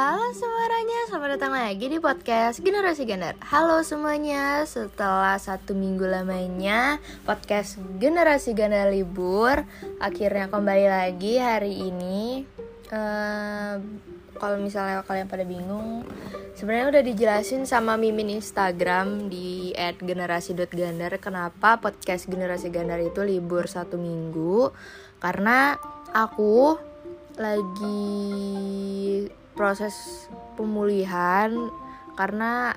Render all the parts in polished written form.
Halo semuanya, selamat datang lagi di podcast Generasi Gandar. Halo semuanya, setelah 1 minggu lamanya podcast Generasi Gandar libur, akhirnya kembali lagi hari ini. Kalau misalnya kalian pada bingung, sebenarnya udah dijelasin sama mimin Instagram di @generasi.gandar kenapa podcast Generasi Gandar itu libur 1 minggu. Karena aku lagi proses pemulihan, karena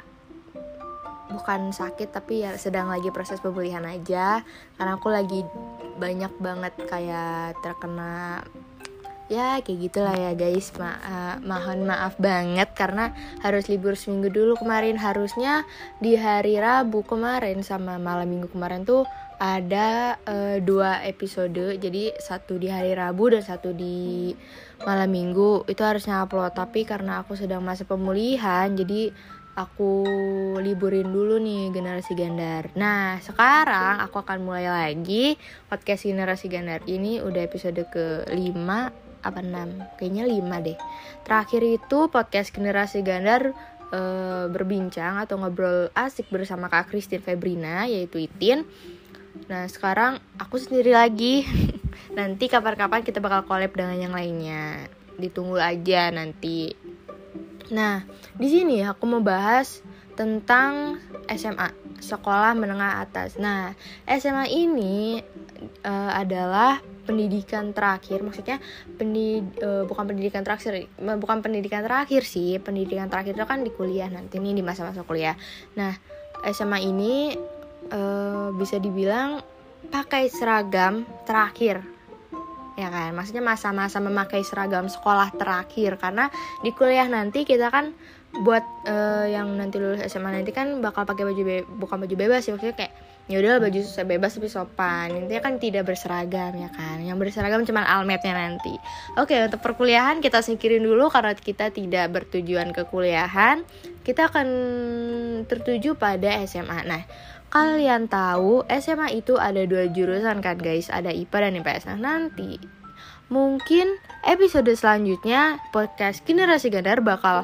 bukan sakit tapi ya sedang lagi proses pemulihan aja, karena aku lagi banyak banget kayak terkena ya kayak gitulah ya guys. Mohon maaf banget karena harus libur seminggu dulu. Kemarin harusnya di hari Rabu kemarin sama malam minggu kemarin tuh ada 2 episode, jadi 1 di hari Rabu dan 1 di malam minggu itu harusnya upload, tapi karena aku sedang masa pemulihan jadi aku liburin dulu nih Generasi Gandar. Nah sekarang aku akan mulai lagi podcast Generasi Gandar. Ini udah episode ke-5 apa 6, kayaknya 5 deh. Terakhir itu podcast Generasi Gandar berbincang atau ngobrol asik bersama Kak Christine Febrina, yaitu Itin. Nah sekarang aku sendiri lagi. Nanti kapan-kapan kita bakal collab dengan yang lainnya. Ditunggu aja nanti. Nah di sini aku mau bahas tentang SMA, sekolah menengah atas. Nah SMA ini adalah pendidikan terakhir, maksudnya bukan pendidikan terakhir sih. Pendidikan terakhir itu kan di kuliah nanti nih, di masa-masa kuliah. Nah SMA ini bisa dibilang pakai seragam terakhir, ya kan? Maksudnya masa-masa memakai seragam sekolah terakhir, karena di kuliah nanti kita kan buat yang nanti lulus SMA nanti kan bakal pakai bukan baju bebas sih, maksudnya kayak ya udah baju bebas tapi sopan. Intinya kan tidak berseragam, ya kan? Yang berseragam cuma almetnya nanti. Oke, untuk perkuliahan kita singkirin dulu karena kita tidak bertujuan ke kuliahan. Kita akan tertuju pada SMA. Nah, kalian tahu SMA itu ada 2 jurusan kan guys, ada IPA dan IPS. Nah nanti mungkin episode selanjutnya podcast Generasi Gandar bakal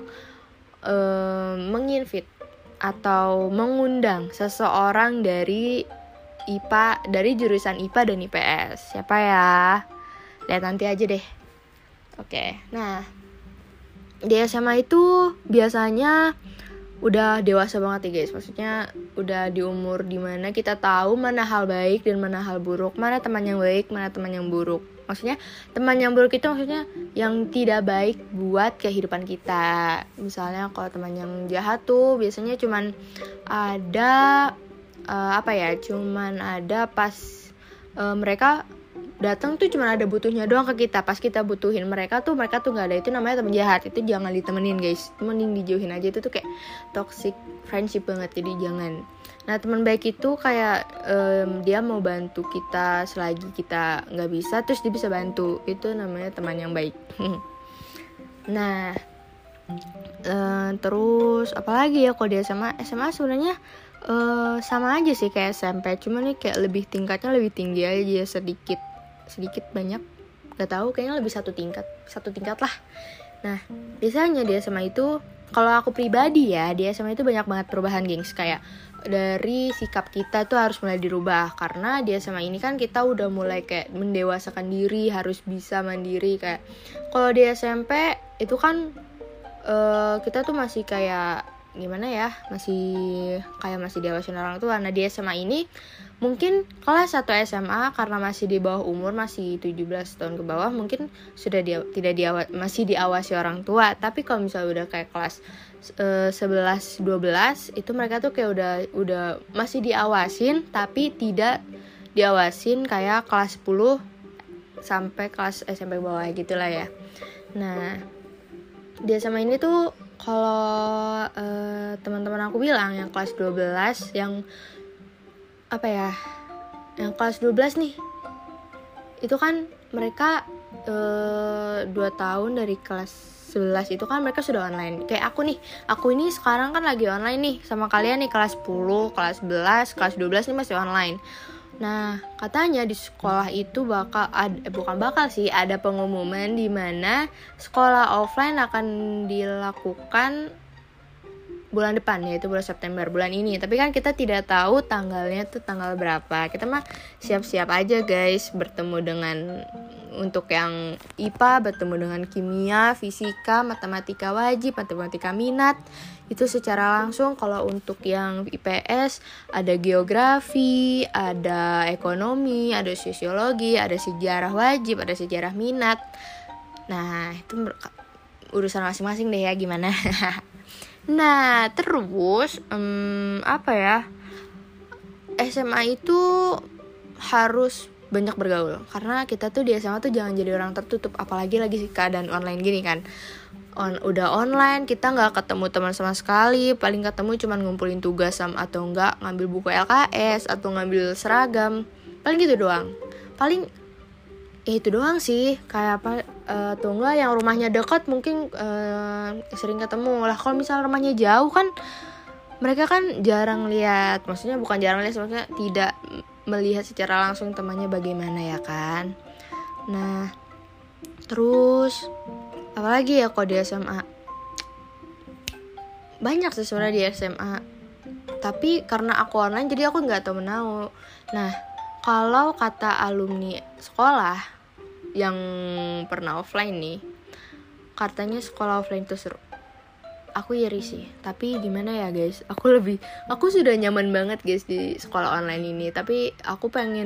menginvite atau mengundang seseorang dari IPA, dari jurusan IPA dan IPS. Siapa ya? Lihat nanti aja deh. Oke, nah di SMA itu biasanya udah dewasa banget ya guys. Maksudnya udah di umur dimana kita tahu mana hal baik dan mana hal buruk, mana teman yang baik, mana teman yang buruk. Maksudnya teman yang buruk itu maksudnya yang tidak baik buat kehidupan kita. Misalnya kalau teman yang jahat tuh biasanya cuman ada cuman ada pas mereka datang tuh cuman ada butuhnya doang ke kita. Pas kita butuhin mereka tuh nggak ada. Itu namanya teman jahat. Itu jangan ditemenin guys, mending dijauhin aja. Itu tuh kayak toxic friendship banget, jadi jangan. Nah teman baik itu kayak dia mau bantu kita selagi kita nggak bisa, terus dia bisa bantu. Itu namanya teman yang baik. Nah terus apalagi ya kalau di SMA sebenarnya sama aja sih kayak SMP, cuma nih kayak lebih tingkatnya lebih tinggi aja, sedikit banyak gak tahu, kayaknya lebih satu tingkat lah. Nah biasanya di SMA itu, kalau aku pribadi ya, di SMA itu banyak banget perubahan gengs. Kayak dari sikap kita tuh harus mulai dirubah, karena di SMA ini kan kita udah mulai kayak mendewasakan diri, harus bisa mandiri. Kayak kalau di SMP itu kan kita tuh masih kayak gimana ya, masih diawasin orang tua. Nah di SMA ini mungkin kelas 1 SMA karena masih di bawah umur, masih 17 tahun ke bawah, mungkin sudah masih diawasi orang tua. Tapi kalau misalnya udah kayak kelas 11, 12 itu mereka tuh kayak udah masih diawasin, tapi tidak diawasin kayak kelas 10 sampai kelas SMP bawah gitulah ya. Nah di SMA ini tuh kalau teman-teman aku bilang yang kelas 12 yang kelas 12 nih, itu kan mereka 2 tahun dari kelas 11 itu kan mereka sudah online. Kayak aku ini sekarang kan lagi online nih sama kalian nih, kelas 10, kelas 11, kelas 12 nih masih online. Nah, katanya di sekolah itu ada pengumuman di mana sekolah offline akan dilakukan bulan depan, yaitu bulan September, bulan ini. Tapi kan kita tidak tahu tanggalnya tuh tanggal berapa. Kita mah siap-siap aja guys, bertemu dengan untuk yang IPA bertemu dengan kimia, fisika, matematika wajib, matematika minat itu secara langsung. Kalau untuk yang IPS ada geografi, ada ekonomi, ada sosiologi, ada sejarah wajib, ada sejarah minat. Nah, itu urusan masing-masing deh ya gimana. Nah, terus SMA itu harus banyak bergaul, karena kita tuh di SMA tuh jangan jadi orang tertutup, apalagi lagi keadaan online gini kan. Udah online, kita nggak ketemu teman sama sekali, paling ketemu cuman ngumpulin tugas atau enggak ngambil buku LKS atau ngambil seragam, paling gitu doang. Paling itu doang sih, kayak apa atau enggak yang rumahnya dekat mungkin sering ketemu lah. Kalau misalnya rumahnya jauh kan mereka kan jarang lihat, maksudnya bukan jarang lihat, maksudnya tidak melihat secara langsung temannya bagaimana ya kan. Nah, terus apalagi ya kalau di SMA banyak sih sebenarnya di SMA, tapi karena aku online jadi aku nggak tahu menau. Nah, kalau kata alumni sekolah yang pernah offline nih, katanya sekolah offline itu seru. Aku iri sih, tapi gimana ya guys, aku sudah nyaman banget guys di sekolah online ini, tapi aku pengen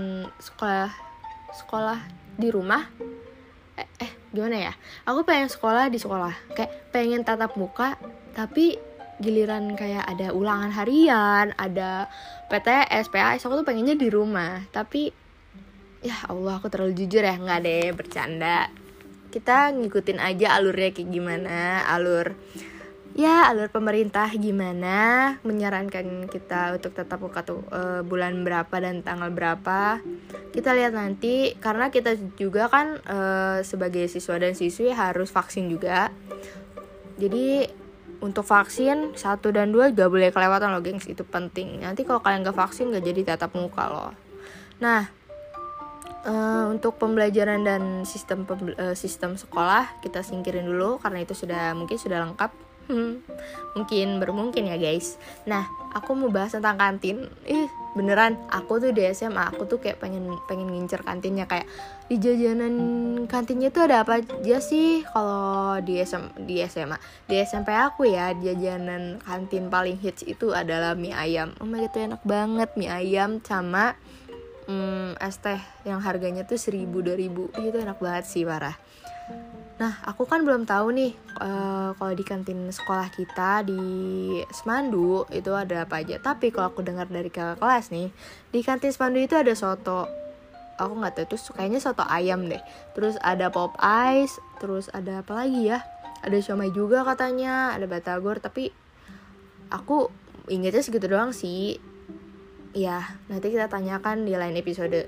sekolah di rumah. Gimana ya, aku pengen sekolah di sekolah, kayak pengen tatap muka, tapi giliran kayak ada ulangan harian, ada PTS, PAS, aku tuh pengennya di rumah. Tapi ya Allah, aku terlalu jujur ya, nggak deh, bercanda. Kita ngikutin aja alurnya kayak gimana, alur pemerintah gimana menyarankan kita untuk tetap muka tuh bulan berapa dan tanggal berapa. Kita lihat nanti, karena kita juga kan sebagai siswa dan siswi harus vaksin juga. Jadi untuk vaksin 1 dan 2 gak boleh kelewatan loh gengs, itu penting. Nanti kalau kalian gak vaksin gak jadi tatap muka loh. Nah, untuk pembelajaran dan sistem sekolah kita singkirin dulu, karena itu mungkin sudah lengkap. Baru mungkin ya guys. Nah, aku mau bahas tentang kantin. Beneran, aku tuh di SMA aku tuh kayak pengen ngincer kantinnya, kayak di jajanan kantinnya tuh ada apa aja sih. Kalau di SMA, di SMP aku ya, jajanan kantin paling hits itu adalah mie ayam. Oh my god, itu enak banget, mie ayam sama es teh yang harganya tuh 1.000-2.000. Itu enak banget sih, parah. Nah, aku kan belum tahu nih kalau di kantin sekolah kita di Semandu itu ada apa aja. Tapi kalau aku dengar dari kakak kelas nih, di kantin Semandu itu ada soto. Aku nggak tahu, terus kayaknya soto ayam deh. Terus ada pop ice, terus ada apa lagi ya? Ada siomay juga katanya, ada batagor. Tapi aku ingetnya segitu doang sih. Ya, nanti kita tanyakan di lain episode.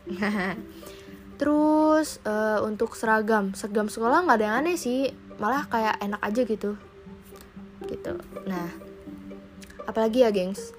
Terus untuk seragam sekolah nggak ada yang aneh sih, malah kayak enak aja gitu. Nah, apalagi ya gengs,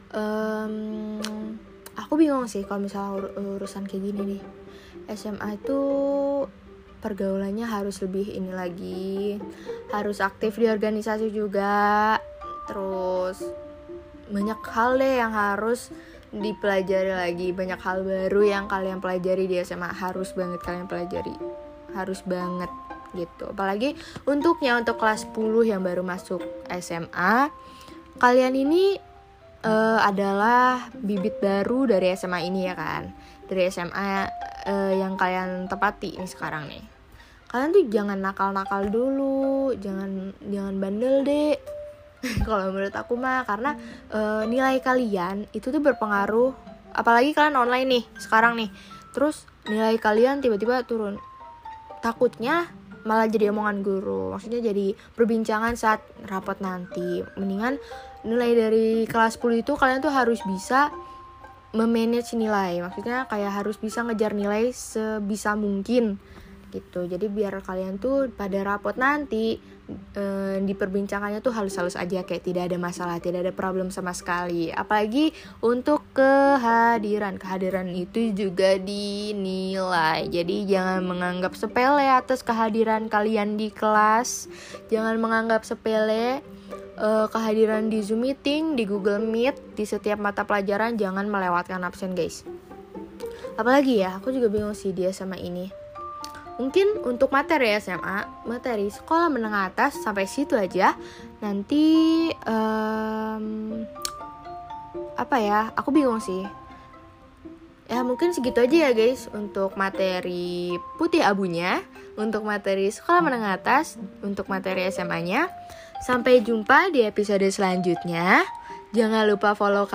aku bingung sih kalau misalnya urusan kayak gini nih. SMA itu pergaulannya harus lebih ini lagi, harus aktif di organisasi juga. Terus banyak hal deh yang harus dipelajari lagi, banyak hal baru yang kalian pelajari di SMA, harus banget kalian pelajari, harus banget gitu. Apalagi untuk kelas 10 yang baru masuk SMA, kalian ini adalah bibit baru dari SMA ini ya kan, dari SMA yang kalian tepati ini sekarang nih. Kalian tuh jangan nakal-nakal dulu, jangan bandel deh. Kalau menurut aku mah, karena nilai kalian itu tuh berpengaruh, apalagi kalian online nih sekarang nih, terus nilai kalian tiba-tiba turun, takutnya malah jadi omongan guru, maksudnya jadi perbincangan saat rapat nanti. Mendingan nilai dari kelas 10 itu kalian tuh harus bisa memanage nilai, maksudnya kayak harus bisa ngejar nilai sebisa mungkin gitu. Jadi biar kalian tuh pada rapot nanti di perbincangannya tuh halus-halus aja, kayak tidak ada masalah, tidak ada problem sama sekali. Apalagi untuk kehadiran itu juga dinilai. Jadi jangan menganggap sepele atas kehadiran kalian di kelas. Jangan menganggap sepele kehadiran di Zoom meeting, di Google Meet, di setiap mata pelajaran. Jangan melewatkan absen, guys. Apalagi ya, aku juga bingung sih dia sama ini. Mungkin untuk materi SMA, materi sekolah menengah atas sampai situ aja. Nanti apa ya? Aku bingung sih. Ya mungkin segitu aja ya guys untuk materi putih abunya, untuk materi sekolah menengah atas, untuk materi SMA-nya. Sampai jumpa di episode selanjutnya. Jangan lupa follow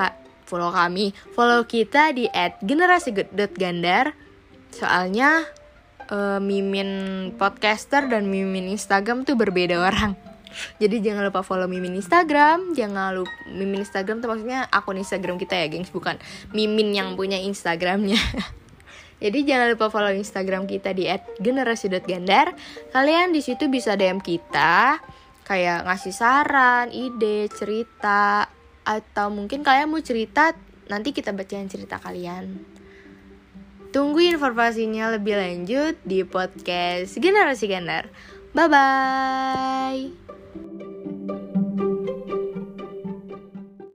kita di @generasi.gandar. Soalnya Mimin podcaster dan Mimin Instagram tuh berbeda orang. Jadi jangan lupa follow Mimin Instagram. Mimin Instagram tuh maksudnya akun Instagram kita ya gengs, bukan Mimin yang punya Instagramnya. Jadi jangan lupa follow Instagram kita di @generasi.gandar. Kalian di situ bisa DM kita, kayak ngasih saran, ide, cerita, atau mungkin kalian mau cerita, nanti kita bacain cerita kalian. Tunggu informasinya lebih lanjut di podcast Generasi Gandar. Bye-bye.